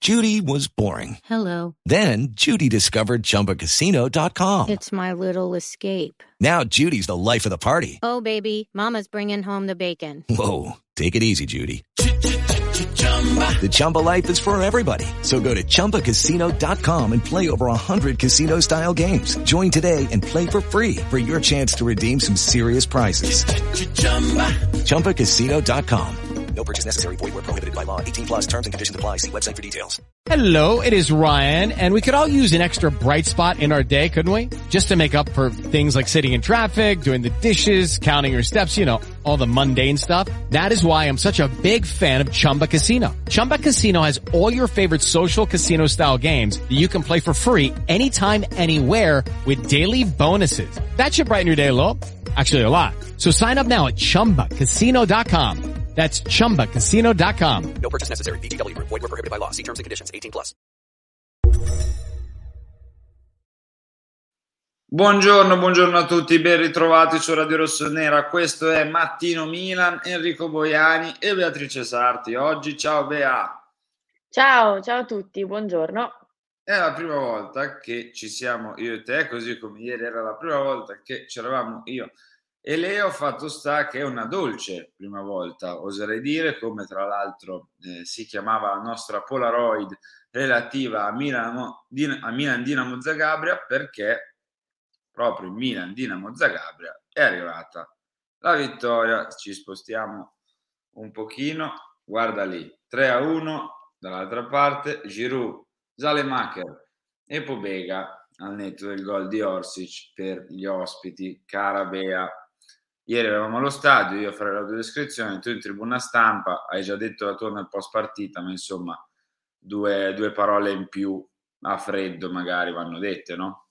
Judy was boring. Hello. Then Judy discovered ChumbaCasino.com. It's my little escape. Now Judy's the life of the party. Oh, baby, mama's bringing home the bacon. Whoa, take it easy, Judy. The Chumba life is for everybody. So go to ChumbaCasino.com and play over 100 casino-style games. Join today and play for free for your chance to redeem some serious prizes. ChumbaCasino.com. No purchase necessary. Void where prohibited by law. 18 plus terms and conditions apply. See website for details. Hello, it is Ryan, and we could all use an extra bright spot in our day, couldn't we? Just to make up for things like sitting in traffic, doing the dishes, counting your steps, you know, all the mundane stuff. That is why I'm such a big fan of Chumba Casino. Chumba Casino has all your favorite social casino-style games that you can play for free anytime, anywhere with daily bonuses. That should brighten your day a little. Actually, a lot. So sign up now at ChumbaCasino.com. That's ChumbaCasino.com. No purchase necessary. VGW Group. Void where prohibited by law. See terms and conditions. 18 plus. Buongiorno a tutti, ben ritrovati su Radio Rossonera. Questo è Mattino Milan, Enrico Boiani e Beatrice Sarti. Oggi, ciao Bea. Ciao a tutti, buongiorno. È la prima volta che ci siamo io e te, così come ieri era la prima volta che c'eravamo io e Leo. Fatto sta che è una dolce prima volta, oserei dire, come tra l'altro si chiamava la nostra Polaroid relativa a Milan Dinamo Zagabria, perché proprio in Milan Dinamo Zagabria è arrivata la vittoria. Ci spostiamo un pochino, guarda lì, 3-1, dall'altra parte Giroud, Salemaker e Pobega al netto del gol di Orsic per gli ospiti. Cara Bea, ieri eravamo allo stadio, io farei l'audiodescrizione, tu in tribuna stampa, hai già detto la tua nel post partita, ma insomma due parole in più a freddo magari vanno dette, no?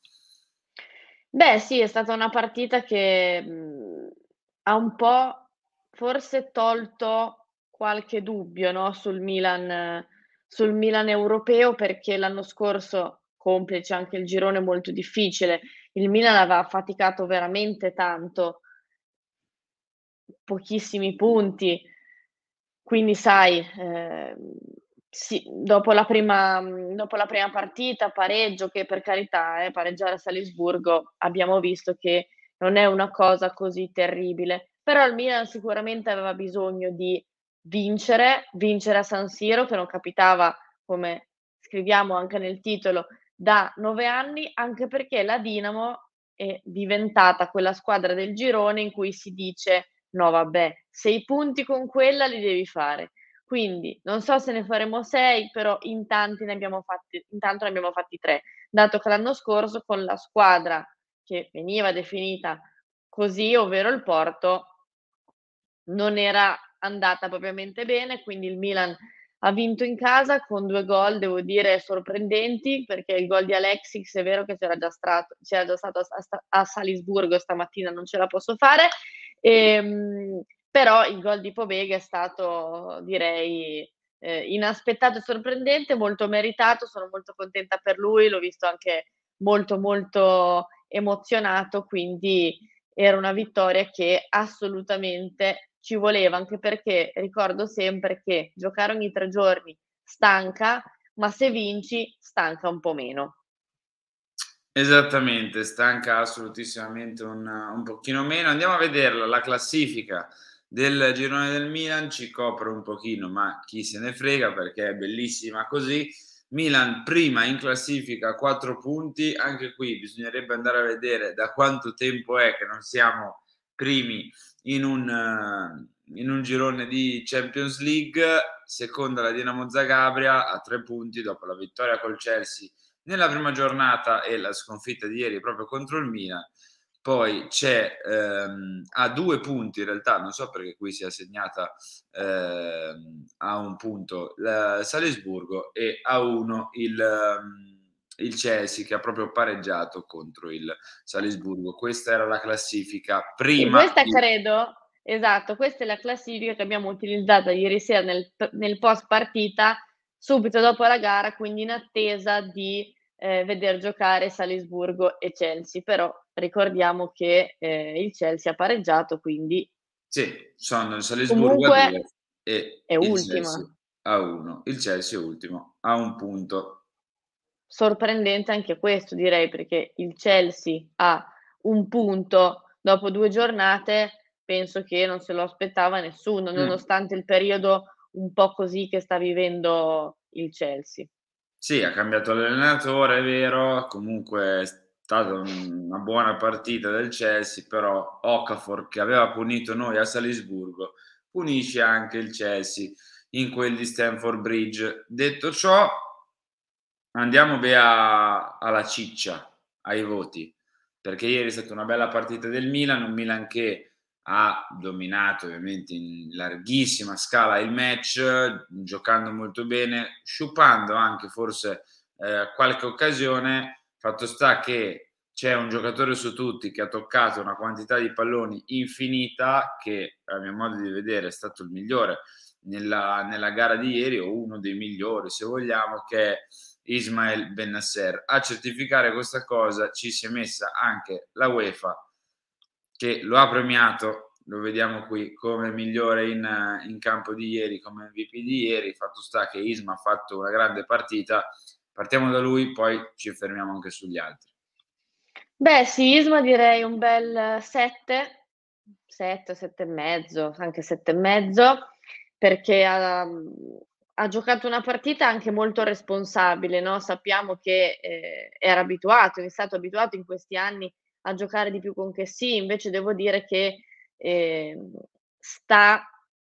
Beh sì, è stata una partita che ha un po' forse tolto qualche dubbio, no, sul Milan europeo, perché l'anno scorso, complice anche il girone molto difficile, il Milan aveva faticato veramente tanto, pochissimi punti, quindi sai, sì, dopo la prima partita, pareggio, che per carità, pareggiare a Salisburgo abbiamo visto che non è una cosa così terribile, però il Milan sicuramente aveva bisogno di vincere a San Siro, che non capitava, come scriviamo anche nel titolo, da 9 anni, anche perché la Dinamo è diventata quella squadra del girone in cui si dice: "No vabbè, 6 punti con quella li devi fare". Quindi non so se ne faremo 6, però intanto ne abbiamo fatti 3, dato che l'anno scorso con la squadra che veniva definita così, ovvero il Porto, non era andata propriamente bene, quindi il Milan ha vinto in casa con 2 gol, devo dire, sorprendenti, perché il gol di Alexis è vero che c'era già stato a Salisburgo stamattina, non ce la posso fare, però il gol di Pobega è stato, direi, inaspettato e sorprendente, molto meritato, sono molto contenta per lui, l'ho visto anche molto, molto emozionato, quindi era una vittoria che assolutamente ci voleva, anche perché ricordo sempre che giocare ogni 3 giorni stanca, ma se vinci stanca un po' meno. Esattamente, stanca assolutissimamente un pochino meno. Andiamo a vederla, la classifica del girone del Milan ci copre un pochino, ma chi se ne frega perché è bellissima così. Milan prima in classifica, 4 punti, anche qui bisognerebbe andare a vedere da quanto tempo è che non siamo primi in un girone di Champions League. Seconda la Dinamo Zagabria a 3 punti dopo la vittoria col Chelsea nella prima giornata e la sconfitta di ieri proprio contro il Milan. Poi c'è a 2 punti in realtà, non so perché qui sia segnata a 1 punto Salisburgo e a 1 il Chelsea, che ha proprio pareggiato contro il Salisburgo. Questa era la classifica prima. E questa è la classifica che abbiamo utilizzato ieri sera nel post partita, subito dopo la gara, quindi in attesa di veder giocare Salisburgo e Chelsea, però ricordiamo che il Chelsea ha pareggiato, quindi sì, sono il Salisburgo comunque e è il ultima. Chelsea a 1. Il Chelsea è ultimo a 1 punto. Sorprendente anche questo direi, perché il Chelsea ha 1 punto dopo 2 giornate, penso che non se lo aspettava nessuno, nonostante il periodo un po' così che sta vivendo il Chelsea. Sì, ha cambiato l'allenatore, è vero, comunque è stata una buona partita del Chelsea, però Okafor, che aveva punito noi a Salisburgo, punisce anche il Chelsea in quel di Stamford Bridge. Detto ciò, andiamo via alla ciccia, ai voti, perché ieri è stata una bella partita del Milan, un Milan che ha dominato ovviamente in larghissima scala il match, giocando molto bene, sciupando anche forse qualche occasione. Fatto sta che c'è un giocatore su tutti che ha toccato una quantità di palloni infinita, che a mio modo di vedere è stato il migliore nella gara di ieri, o uno dei migliori se vogliamo, che è Ismael Bennacer. A certificare questa cosa ci si è messa anche la UEFA, che lo ha premiato, lo vediamo qui, come migliore in campo di ieri, come MVP di ieri. Fatto sta che Isma ha fatto una grande partita. Partiamo da lui, poi ci fermiamo anche sugli altri. Beh sì, Isma direi un bel 7, 7 e mezzo, anche 7 e mezzo, perché ha giocato una partita anche molto responsabile, no, sappiamo che, è stato abituato in questi anni a giocare di più con Kessie, invece devo dire che, sta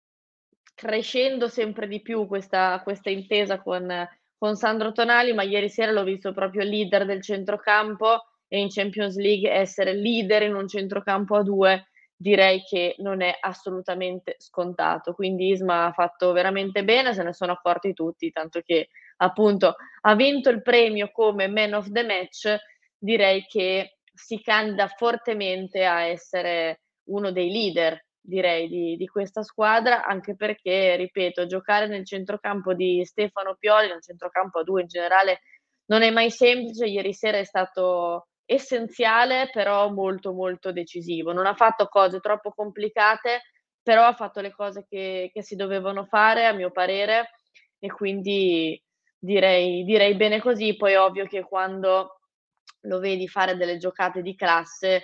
crescendo sempre di più questa intesa con Sandro Tonali, ma ieri sera l'ho visto proprio leader del centrocampo, e in Champions League essere leader in un centrocampo a 2 direi che non è assolutamente scontato. Quindi Isma ha fatto veramente bene, se ne sono accorti tutti, tanto che appunto ha vinto il premio come man of the match. Direi che si candida fortemente a essere uno dei leader, direi, di questa squadra, anche perché, ripeto, giocare nel centrocampo di Stefano Pioli, nel centrocampo a 2 in generale, non è mai semplice. Ieri sera è stato essenziale, però molto, molto decisivo. Non ha fatto cose troppo complicate, però ha fatto le cose che si dovevano fare, a mio parere, e quindi direi bene così. Poi è ovvio che quando lo vedi fare delle giocate di classe,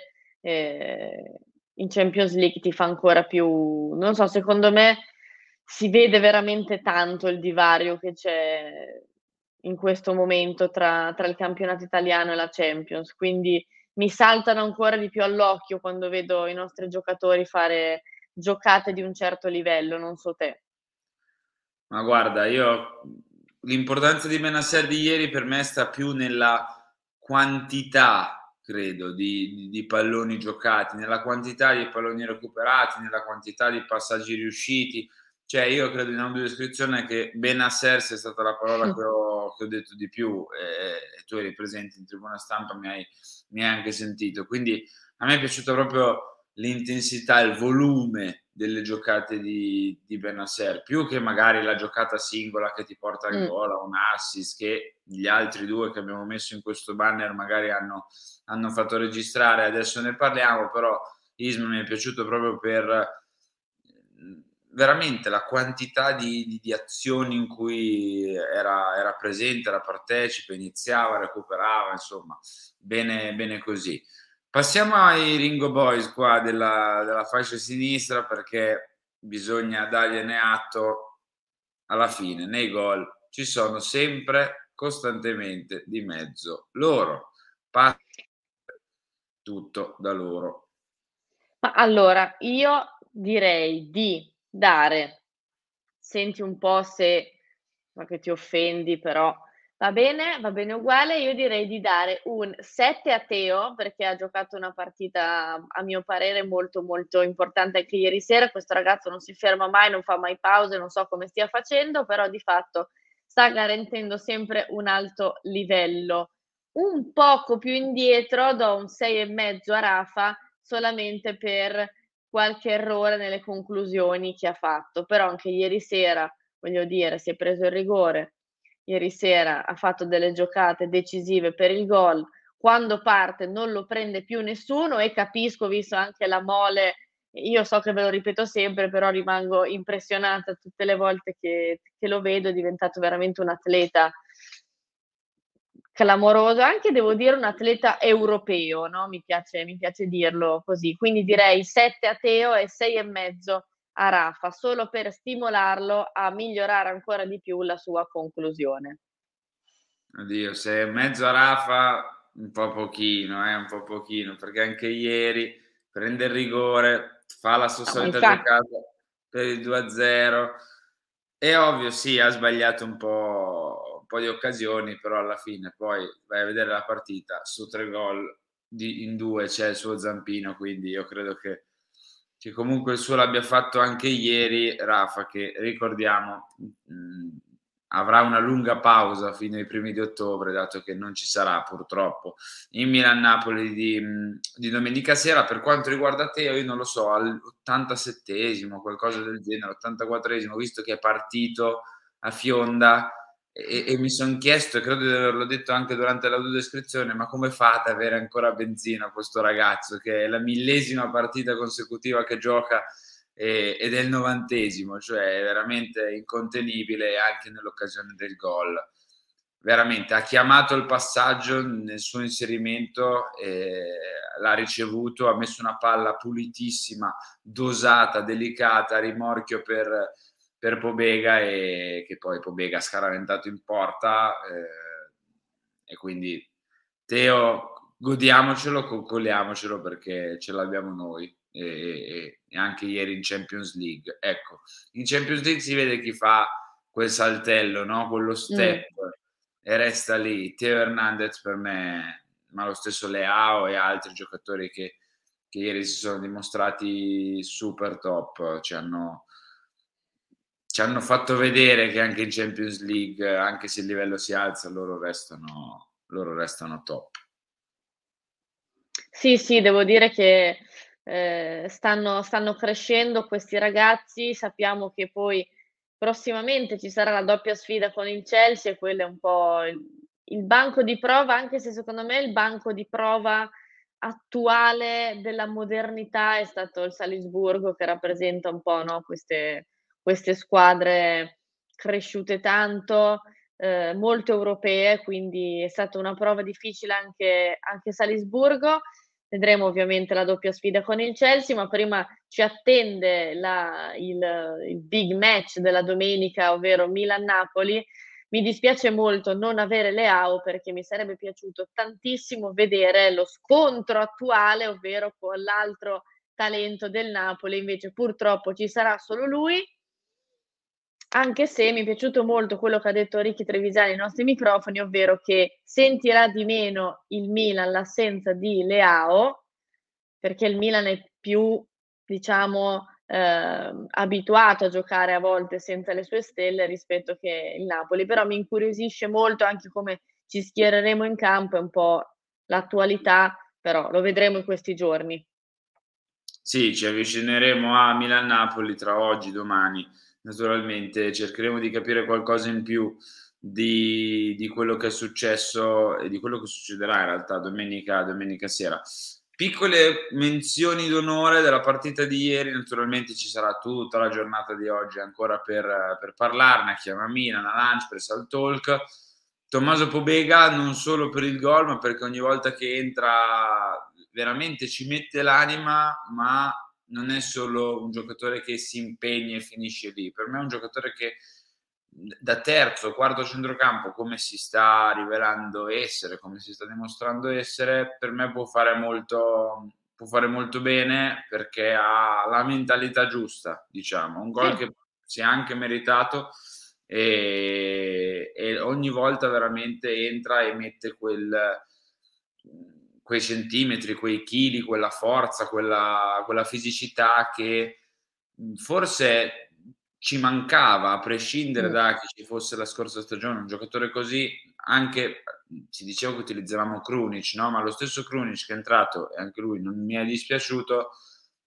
ehm, in Champions League ti fa ancora più, non so, secondo me si vede veramente tanto il divario che c'è in questo momento tra il campionato italiano e la Champions, quindi mi saltano ancora di più all'occhio quando vedo i nostri giocatori fare giocate di un certo livello, non so te. Ma guarda, io l'importanza di Bennacer di ieri per me sta più nella quantità, credo, di palloni giocati, nella quantità di palloni recuperati, nella quantità di passaggi riusciti. Cioè, io credo in audiodescrizione che Bennacer sia stata la parola che ho detto di più, e tu eri presente in tribuna stampa, mi hai anche sentito. Quindi a me è piaciuta proprio l'intensità, il volume delle giocate di Bennacer, più che magari la giocata singola che ti porta al gol o un assist, che gli altri due che abbiamo messo in questo banner magari hanno fatto registrare. Adesso ne parliamo, però Isma mi è piaciuto proprio per veramente la quantità di azioni in cui era presente, era partecipe, iniziava, recuperava, insomma, bene così. Passiamo ai Ringo Boys qua della fascia sinistra, perché bisogna dargliene atto. Alla fine nei gol ci sono sempre, costantemente di mezzo loro, passa tutto da loro. Ma allora, io direi di dare, senti un po' se so che ti offendi, però va bene uguale. Io direi di dare un 7 a Teo, perché ha giocato una partita, a mio parere, molto, molto importante anche ieri sera. Questo ragazzo non si ferma mai, non fa mai pause, non so come stia facendo, però di fatto sta garantendo sempre un alto livello. Un poco più indietro do un 6 e mezzo a Rafa, solamente per qualche errore nelle conclusioni che ha fatto, però anche ieri sera, voglio dire, si è preso il rigore, ieri sera ha fatto delle giocate decisive per il gol, quando parte non lo prende più nessuno, e capisco, visto anche la mole io so che ve lo ripeto sempre, però rimango impressionata tutte le volte che lo vedo, è diventato veramente un atleta clamoroso, anche devo dire un atleta europeo, no, mi piace dirlo così. Quindi direi 7 a Teo e 6 e mezzo a Rafa, solo per stimolarlo a migliorare ancora di più la sua conclusione. Oddio, 6 e mezzo a Rafa, un po' pochino, perché anche ieri prende il rigore, fa la sua No, ma solita infatti giocata per il 2-0. È ovvio, sì, ha sbagliato un po' di occasioni, però alla fine poi vai a vedere la partita, su 3 gol in 2 c'è il suo zampino, quindi io credo che comunque il suo l'abbia fatto anche ieri Rafa, che ricordiamo avrà una lunga pausa fino ai primi di ottobre, dato che non ci sarà purtroppo in Milan-Napoli di domenica sera. Per quanto riguarda Teo, io non lo so, all'87esimo, qualcosa del genere, 84esimo, visto che è partito a fionda e mi sono chiesto, e credo di averlo detto anche durante l'audiodescrizione, ma come fate ad avere ancora benzina questo ragazzo, che è la 1000ª partita consecutiva che gioca ed è il 90esimo, cioè è veramente incontenibile anche nell'occasione del gol. Veramente ha chiamato il passaggio nel suo inserimento, l'ha ricevuto, ha messo una palla pulitissima, dosata, delicata, a rimorchio per Pobega, e che poi Pobega ha scaraventato in porta, e quindi Teo godiamocelo, coccoliamocelo, perché ce l'abbiamo noi, e anche ieri in Champions League. Ecco, in Champions League si vede chi fa quel saltello, no? Quello step, e resta lì. Teo Hernandez per me, ma lo stesso Leao e altri giocatori che ieri si sono dimostrati super top, ci hanno fatto vedere che anche in Champions League, anche se il livello si alza, loro restano top. Sì, sì, devo dire che, stanno crescendo questi ragazzi. Sappiamo che poi prossimamente ci sarà la doppia sfida con il Chelsea, e quello è un po' il banco di prova, anche se secondo me il banco di prova attuale della modernità è stato il Salisburgo, che rappresenta un po', no, queste squadre cresciute tanto, molto europee, quindi è stata una prova difficile anche Salisburgo. Vedremo ovviamente la doppia sfida con il Chelsea, ma prima ci attende il big match della domenica, ovvero Milan-Napoli. Mi dispiace molto non avere Leao, perché mi sarebbe piaciuto tantissimo vedere lo scontro attuale, ovvero con l'altro talento del Napoli. Invece purtroppo ci sarà solo lui, anche se mi è piaciuto molto quello che ha detto Ricky Trevisani ai nostri microfoni, ovvero che sentirà di meno il Milan l'assenza di Leao, perché il Milan è più, diciamo, abituato a giocare a volte senza le sue stelle rispetto che il Napoli. Però mi incuriosisce molto anche come ci schiereremo in campo, è un po' l'attualità, però lo vedremo in questi giorni. Sì, ci avvicineremo a Milan-Napoli tra oggi e domani. Naturalmente cercheremo di capire qualcosa in più di quello che è successo e di quello che succederà in realtà domenica sera. Piccole menzioni d'onore della partita di ieri, naturalmente ci sarà tutta la giornata di oggi ancora per parlarne, a Chiama Milan, a Lunch, per Sal Talk. Tommaso Pobega non solo per il gol, ma perché ogni volta che entra veramente ci mette l'anima, ma non è solo un giocatore che si impegna e finisce lì. Per me è un giocatore che da terzo, quarto centrocampo, come si sta rivelando essere, come si sta dimostrando essere, per me può fare molto bene, perché ha la mentalità giusta, diciamo, un gol che si è anche meritato, e ogni volta veramente entra e mette quei centimetri, quei chili, quella forza, quella fisicità che forse ci mancava, a prescindere da chi ci fosse la scorsa stagione. Un giocatore così, anche si diceva che utilizzavamo Krunic, no? Ma lo stesso Krunic che è entrato, e anche lui non mi è dispiaciuto,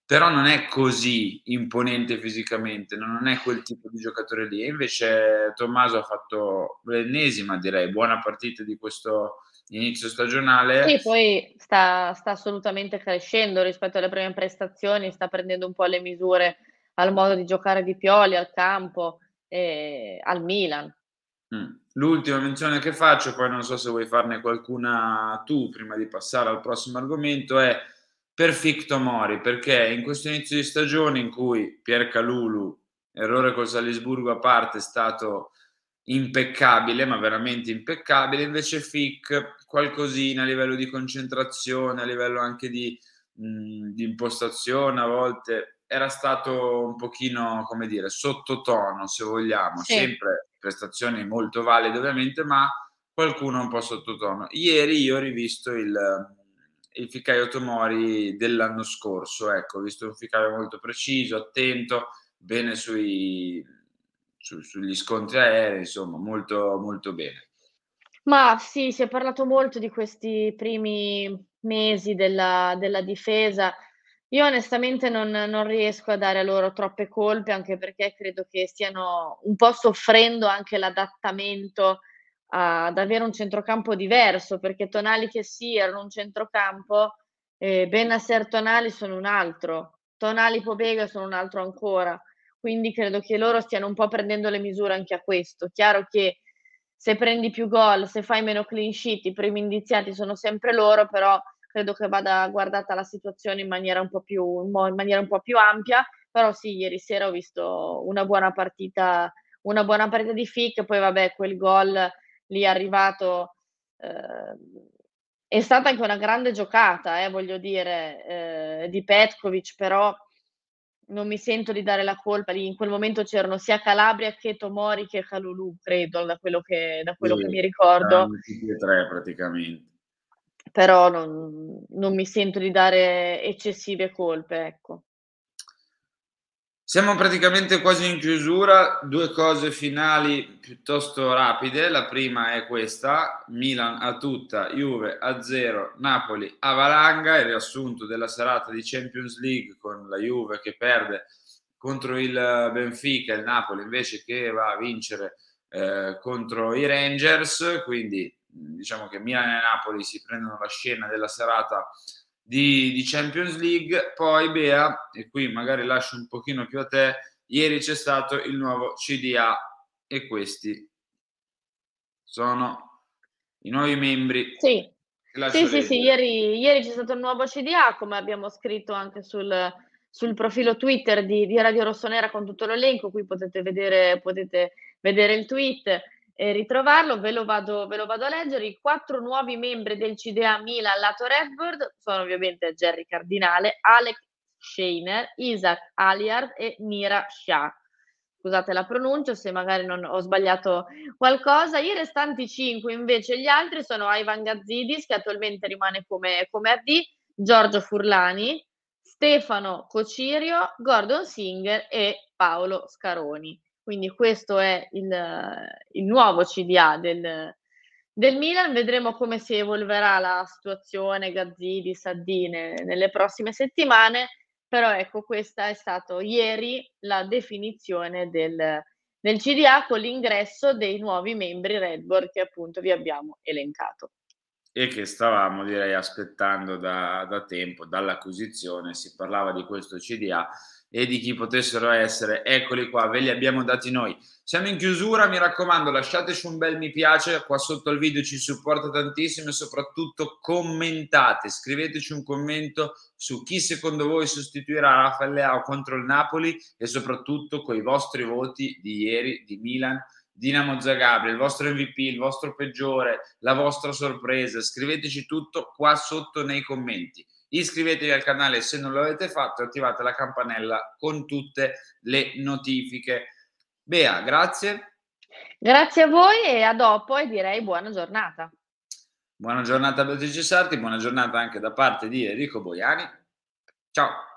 però non è così imponente fisicamente, non è quel tipo di giocatore lì. E invece Tommaso ha fatto l'ennesima, direi, buona partita di questo inizio stagionale. Sì, poi sta assolutamente crescendo rispetto alle prime prestazioni, sta prendendo un po' le misure al modo di giocare di Pioli, al campo, al Milan. L'ultima menzione che faccio, poi non so se vuoi farne qualcuna tu prima di passare al prossimo argomento, è per Fic Tomori, perché in questo inizio di stagione in cui Pier Calulu, errore col Salisburgo a parte, è stato impeccabile, ma veramente impeccabile, invece Fic qualcosina a livello di concentrazione, a livello anche di impostazione, a volte era stato un pochino, come dire, sottotono, se vogliamo, Sì. sempre prestazioni molto valide ovviamente, ma qualcuno un po' sottotono. Ieri io ho rivisto il Fikayo Tomori dell'anno scorso, ecco, ho visto un Fikayo molto preciso, attento, bene sugli scontri aerei, insomma, molto, molto bene. Ma sì, si è parlato molto di questi primi mesi della difesa. Io onestamente non riesco a dare a loro troppe colpe, anche perché credo che stiano un po' soffrendo anche l'adattamento ad avere un centrocampo diverso, perché Tonali che sì, erano un centrocampo, Bennacer, Tonali sono un altro, Tonali, Pobega sono un altro ancora. Quindi credo che loro stiano un po' prendendo le misure anche a questo. Chiaro che se prendi più gol, se fai meno clean sheet, i primi indiziati sono sempre loro, però credo che vada guardata la situazione in maniera un po' più ampia. Però sì, ieri sera ho visto una buona partita di Fic, poi vabbè quel gol lì arrivato, è stata anche una grande giocata, voglio dire, di Petkovic, però non mi sento di dare la colpa. Lì in quel momento c'erano sia Calabria che Tomori che Kalulu, credo, da quello che mi ricordo. Erano tutti e 3 praticamente. Però non mi sento di dare eccessive colpe, ecco. Siamo praticamente quasi in chiusura, 2 cose finali piuttosto rapide. La prima è questa: Milan a tutta, Juve a 0, Napoli a valanga, il riassunto della serata di Champions League con la Juve che perde contro il Benfica, il Napoli invece che va a vincere contro i Rangers, quindi diciamo che Milan e Napoli si prendono la scena della serata di Champions League. Poi Bea, e qui magari lascio un pochino più a te, ieri c'è stato il nuovo CDA e questi sono i nuovi membri. Sì, sì, ieri c'è stato il nuovo CDA, come abbiamo scritto anche sul profilo Twitter di Radio Rossonera con tutto l'elenco. Qui potete vedere il tweet e ritrovarlo. Ve lo vado a leggere. I 4 nuovi membri del CDA Milan lato Redbird sono ovviamente Jerry Cardinale, Alex Scheiner, Isaac Aliard e Mira Shah. Scusate la pronuncia, se magari ho sbagliato qualcosa. I restanti 5 invece, gli altri sono Ivan Gazzidis, che attualmente rimane come AD, Giorgio Furlani, Stefano Cocirio, Gordon Singer e Paolo Scaroni. Quindi questo è il nuovo CDA del Milan. Vedremo come si evolverà la situazione Gazzidis, AD nelle prossime settimane, però ecco, questa è stato ieri la definizione del CDA con l'ingresso dei nuovi membri Redbird che appunto vi abbiamo elencato. E che stavamo, direi, aspettando da tempo, dall'acquisizione. Si parlava di questo CDA e di chi potessero essere. Eccoli qua, ve li abbiamo dati noi. Siamo in chiusura, mi raccomando, lasciateci un bel mi piace, qua sotto il video ci supporta tantissimo, e soprattutto commentate, scriveteci un commento su chi secondo voi sostituirà Rafael Leao contro il Napoli e soprattutto con i vostri voti di ieri di Milan Dinamo Zagabria, il vostro MVP, il vostro peggiore, la vostra sorpresa. Scriveteci tutto qua sotto nei commenti. Iscrivetevi al canale se non l'avete fatto e attivate la campanella con tutte le notifiche. Bea, grazie. Grazie a voi e a dopo, e direi buona giornata. Buona giornata a Beatrice Sarti, buona giornata anche da parte di Enrico Boiani. Ciao.